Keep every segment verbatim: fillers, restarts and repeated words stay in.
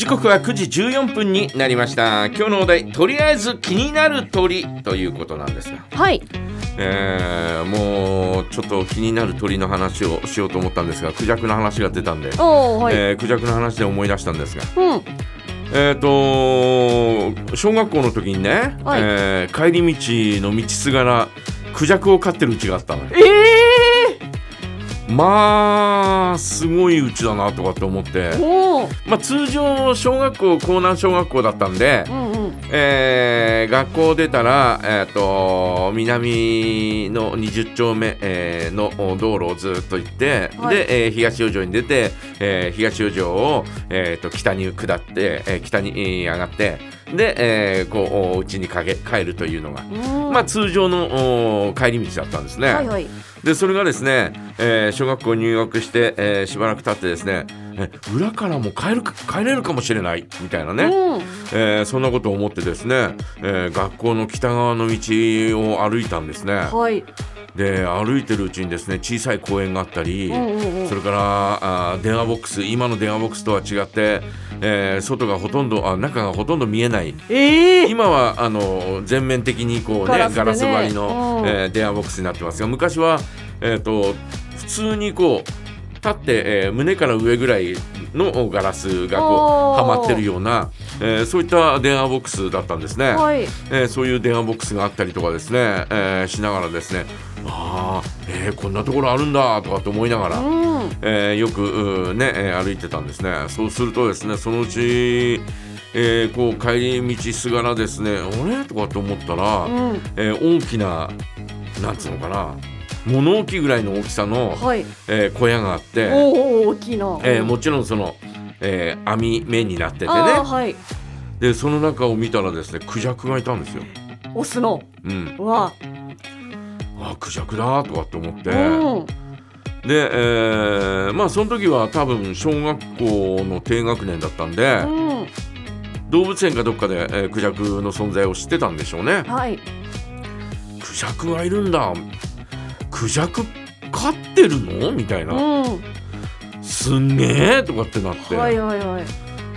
時刻はくじじゅうよんぷんになりました。今日のお題、とりあえず気になる鳥ということなんですが、 はい、 えー、もうちょっと気になる鳥の話をしようと思ったんですが、クジャクの話が出たんで、 おー、はい、 えー、クジャクの話で思い出したんですが、 うん、 えーと小学校の時にね、 はい、 えー、帰り道の道すがらクジャクを飼ってるうちがあったのよ。 えー、まあすごいうちだなとかって思って、 おー、 まあ、通常小学校江南小学校だったんで、 うんうん、 えー、学校出たら、えー、と南のにじゅっちょうめ、えー、の道路をずっと行って、 はい、 で、えー、東四条に出て、えー、東四条を、えー、と北に下って、えー、北に上がってで、えー、こう家に帰るというのが、まあ、通常の帰り道だったんですね。 はいはい、 でそれがですね、えー、小学校入学して、えー、しばらく経ってですね、え裏からも帰るか帰れるかもしれないみたいなね、 うん、 えー、そんなことを思ってですね、えー、学校の北側の道を歩いたんですね。 はい、 で歩いてるうちにですね、小さい公園があったり、 うんうんうん、 それからあ電話ボックス、今の電話ボックスとは違って、えー、外がほとんどあ中がほとんど見えない、 えー、 今はあの全面的にこう、ね、ガラス、ね、ガラス張りの、うんえー、電話ボックスになってますが、昔は、えー、と普通にこう立って、えー、胸から上ぐらいのガラスがこうはまってるような、えー、そういった電話ボックスだったんですね。 はい、 えー、そういう電話ボックスがあったりとかですね、えー、しながらですね、あー、えー、こんなところあるんだとかって思いながら、 うんえー、よく、ねえー、歩いてたんですね。そうするとですね、そのうち、えー、こう帰り道すがらですね、あれとかって思ったら、 うんえー、大きななんつうのかな、物置ぐらいの大きさの、 はいえー、小屋があって、 おー大きいな、 えー、もちろんその、えー、網目になっててね、 はい、 でその中を見たらですね、クジャクがいたんですよ。 オスの、 うん、 うわあクジャクだとかって思って、 うんで、えー、まあその時は多分小学校の低学年だったんで、 うん、 動物園かどっかで、えー、クジャクの存在を知ってたんでしょうね。 はい、 クジャクがいるんだ、クジャク飼ってるのみたいな、 うん、 すんげえとかってなって、 はいはいはい、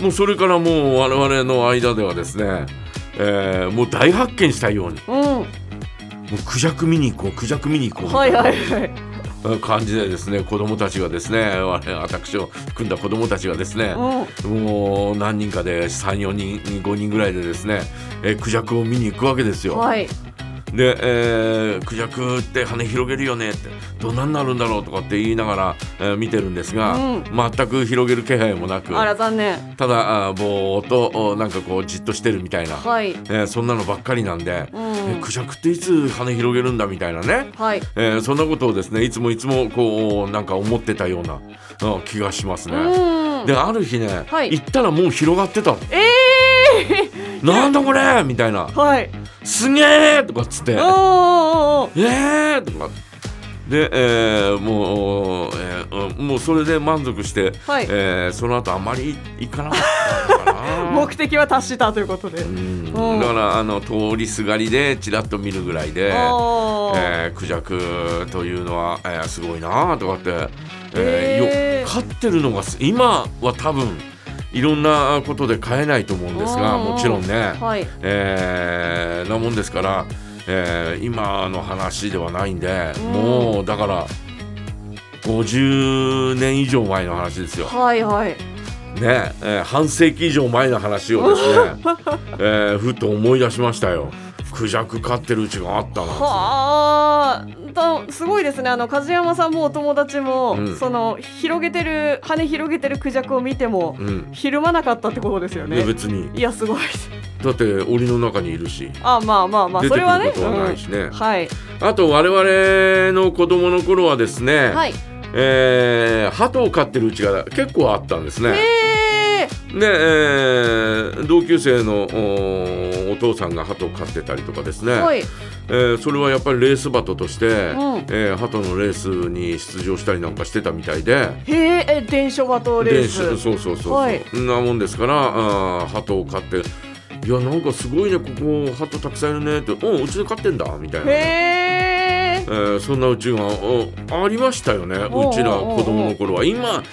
もうそれからもう我々の間ではですね、えー、もう大発見したように、 うん、 もうクジャク見に行こうクジャク見に行こうみたいな、 はいはいはい、 感じでですね、子供たちがですね、私を組んだ子供たちがですね、 うん、 もう何人かでさん、よにん、ごにんぐらいでですね、えー、クジャクを見に行くわけですよ。 はい、 で、えー、クジャクって羽広げるよねって、どんなになるんだろうとかって言いながら、えー、見てるんですが、うん、全く広げる気配もなく、 あら残念、 ただぼーっとなんかこうじっとしてるみたいな、 はい、 えー、そんなのばっかりなんで、 うん、 えー、クジャクっていつ羽広げるんだみたいなね、 はい、 えー、そんなことをですね、いつもいつもこうなんか思ってたような、うん、気がしますね。 うん、である日ね、 はい、 行ったらもう広がってたの。 えー、なんだこれみたいな、 はい、 すげーとかっつって、 おーえーとかで、えー、もう、えー、もうそれで満足して、 はい、 えー、その後あまり行かなかったのかな目的は達したということで、うん、 だからあの通りすがりでちらっと見るぐらいで、えー、クジャクというのは、えー、すごいなとかって、えー、よ飼ってるのが今は多分いろんなことで飼えないと思うんですが、もちろんね、はい、えー、なもんですから、えー、今の話ではないんで、うん、もうだからごじゅうねん以上前の話ですよ。 はいはいね、えー、半世紀以上前の話をですね、えー、ふっと思い出しましたよ。クジャク飼ってるうちがあったな。 はあ、すごいですね。あの梶山さんもお友達も、うん、その広げてる羽広げてるクジャクを見ても、うん、ひるまなかったってことですよね。 いや別に、 いやすごいだって檻の中にいるし、 あまあまあまあ出てくることはないしね、 うん、はい、 あと我々の子供の頃はですね、はい、えー、鳩を飼ってるうちが結構あったんですね。で、えー、同級生の お, お父さんが鳩を飼ってたりとかですね、はい、えー、それはやっぱりレース鳩として、うん、えー、鳩のレースに出場したりなんかしてたみたいで、 へえ、電書鳩レース、 そうそうそうそう、はい、そんなもんですからあ鳩を飼って、いやなんかすごいね、ここ鳩たくさんいるねって、うん、うちで飼ってんだみたいな、へー、えー、そんなうちがありましたよね、うちら子供の頃は。今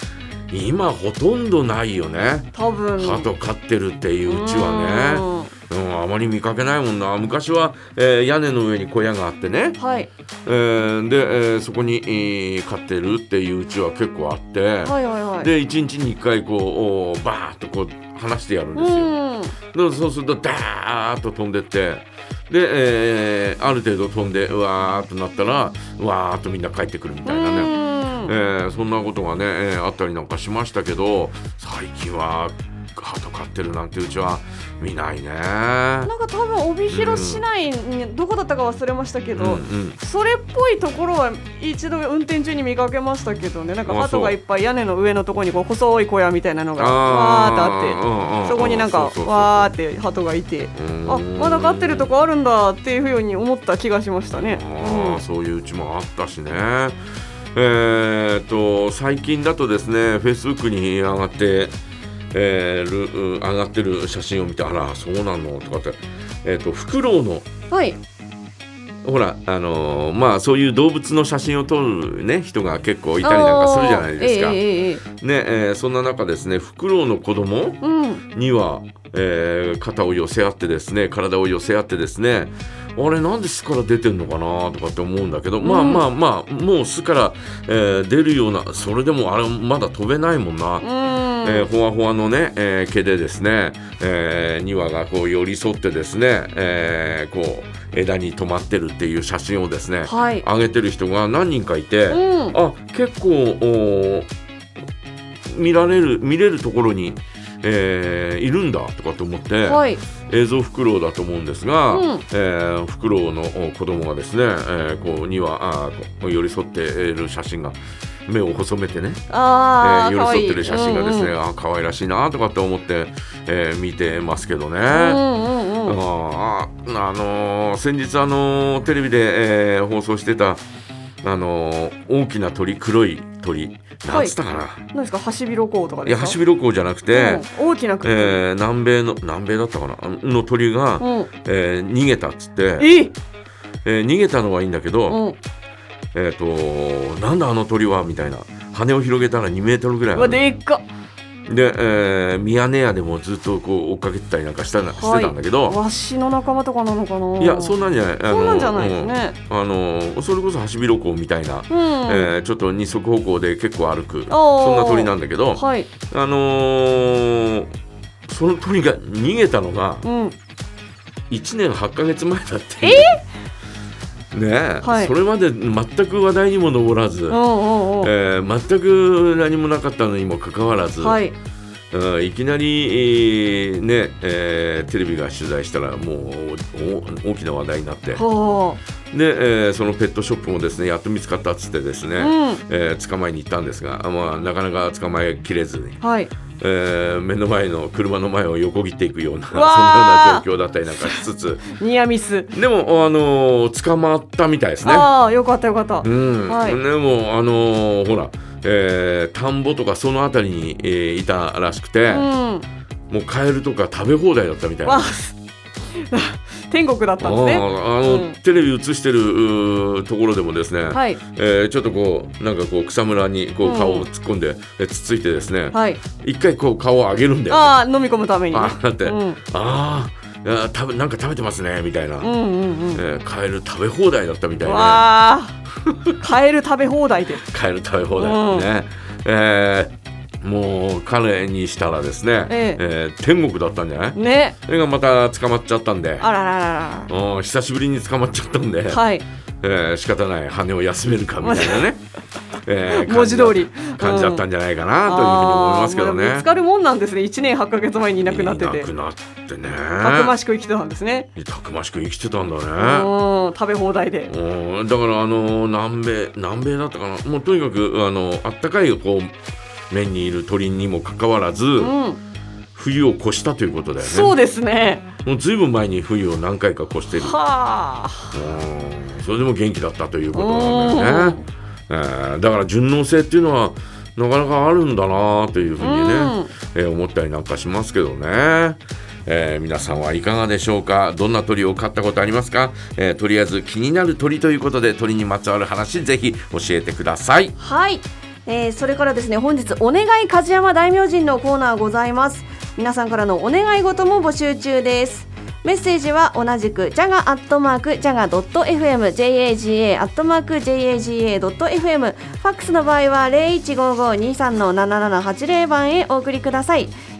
今ほとんどないよね。 多分鳩飼ってるっていううちはね、うん、あまり見かけないもんな。昔は、えー、屋根の上に小屋があってね、 はい、 えー、で、えー、そこに、えー、飼ってるっていううちは結構あって、はいはいはい、でいちにちにいっかいこうバーッとこう離してやるんですよ。でそうするとダーッと飛んでってで、えー、ある程度飛んでうわーっとなったらうわーっとみんな帰ってくるみたいなね、えー、そんなことがね、えー、あったりなんかしましたけど、最近は鳩飼ってるなんてうちは見ないね。 なんか多分帯広市内に、うん、どこだったか忘れましたけど、うんうん、それっぽいところは一度運転中に見かけましたけどね。なんか鳩がいっぱい屋根の上のところにこう細い小屋みたいなのがわーってあって、うんうん、そこになんかわーって鳩がいて、あ、まだ飼ってるとこあるんだっていうふうに思った気がしましたね。 あ、うん、そういううちもあったしね。えー、と最近だとですね、フェイスブックに上がってえー、る上がってる写真を見て、あらそうなのとかって、えー、とフクロウの、 はい、 ほら、あのー、まあそういう動物の写真を撮る、ね、人が結構いたりなんかするじゃないですか、えーねえー、そんな中ですね、フクロウの子供には、うんえー、肩を寄せ合ってですね、体を寄せ合ってですね、あれなんで巣から出てんのかなとかって思うんだけど、うん、まあまあまあもう巣から、えー、出るような、それでもあれまだ飛べないもんな、うんえー、ほわほわのね、えー、毛でですね、えー、にわがこう寄り添ってですね、えー、こう枝に止まってるっていう写真をですね、はい、上げてる人が何人かいて、うん、あ結構見られる見れるところにえー、いるんだとかと思って、はい、映像フクロウだと思うんですが、うんえー、フクロウの子供がですね、えー、こうにはあこう寄り添っている写真が、目を細めてね、あ、えー、寄り添ってる写真がですね、うんうん、あ可愛らしいなとかって思って、えー、見てますけどね、うんうんうん、あ, あのー、先日、あのー、テレビで、えー、放送してたあのー、大きな鳥、黒い鳥なんつったかな、 はい、何ですか、ハシビロコウとかですか。 いやハシビロコウじゃなくて、 うん、大きな鳥、 えー、南米の南米だったかなの鳥が、うんえー、逃げたっつって、 ええー、逃げたのはいいんだけど、うんえー、となんだあの鳥はみたいな、羽を広げたらにメートルぐらいある。 うわでっかで、えー、ミヤネ屋でもずっとこう追っかけてたりなんかしたな、はい、してたんだけど、 ワシの仲間とかなのかな。 いやそんなんじゃない、 そんなんじゃないですね、 うん、あのそれこそハシビロコウみたいな、うんえー、ちょっと二足歩行で結構歩くそんな鳥なんだけど、はい、あのー、その鳥が逃げたのがいちねんはちかげつまえだっていう、えーねはい、それまで全く話題にも上らず、おうおうおう、えー、全く何もなかったのにもかかわらず、はい、うん、いきなり、えーねえー、テレビが取材したらもう大きな話題になって、で、えー、そのペットショップもですねやっと見つかったっつってですね、うんえー、捕まえに行ったんですが、まあ、なかなか捕まえきれずに、はいえー、目の前の車の前を横切っていくようなそんなような状況だったりなんかしつつニアミスでも、あのー、捕まったみたいですね。 ああよかったよかった、 うんはい、でも、あのー、ほら、えー、田んぼとかそのあたりに、えー、いたらしくて、うん、もうカエルとか食べ放題だったみたいな。 天国だったんですね。ああの、うん、テレビ映してるところでもですね、はいえー、ちょっとこうなんかこう草むらにこう顔を突っ込んで、うん、つっついてですね、はい、一回こう顔を上げるんだよ、ね、 あ飲み込むために、ね、 あだって、うん、あいや食べなんか食べてますねみたいな、うんうんうんえー、カエル食べ放題だったみたいな、ね、 わカエル食べ放題でカエル食べ放題ね、うんえーもう彼にしたらですね、えええー、天国だったんじゃないね。それがまた捕まっちゃったんで、あららららら久しぶりに捕まっちゃったんで、はいえー、仕方ない羽を休めるかみたいなね、 えー、文字通り感じだったんじゃないかなというふうに思いますけどね、うん、 見つかるもんなんですね。いちねんはちかげつまえにいなくなってていなくなってねたくましく生きてたんですね。 たくましく生きてたんだね。 食べ放題でだからあの南米南米だったかな、もうとにかくあのあったかいこう面にいる鳥にもかかわらず、うん、冬を越したということだよね。 そうですね。 もうずいぶん前に冬を何回か越してる。はあ、それでも元気だったということなんだよね、えー、だから順応性っていうのはなかなかあるんだなというふうにね、うんえー、思ったりなんかしますけどね。えー、皆さんはいかがでしょうか。どんな鳥を飼ったことありますか。えー、とりあえず気になる鳥ということで鳥にまつわる話ぜひ教えてください。 はいえー、それからですね、本日お願い梶山大明神のコーナーございます。皆さんからのお願い事も募集中です。メッセージは同じく ジャガ アットマーク ジャガ ドット エフエム ジェイエージーエー アットマーク ジェイエージーエー ドット エフエム ファックスの場合は ゼロいちごーごーにーさん のななななはちゼロ 番へお送りください。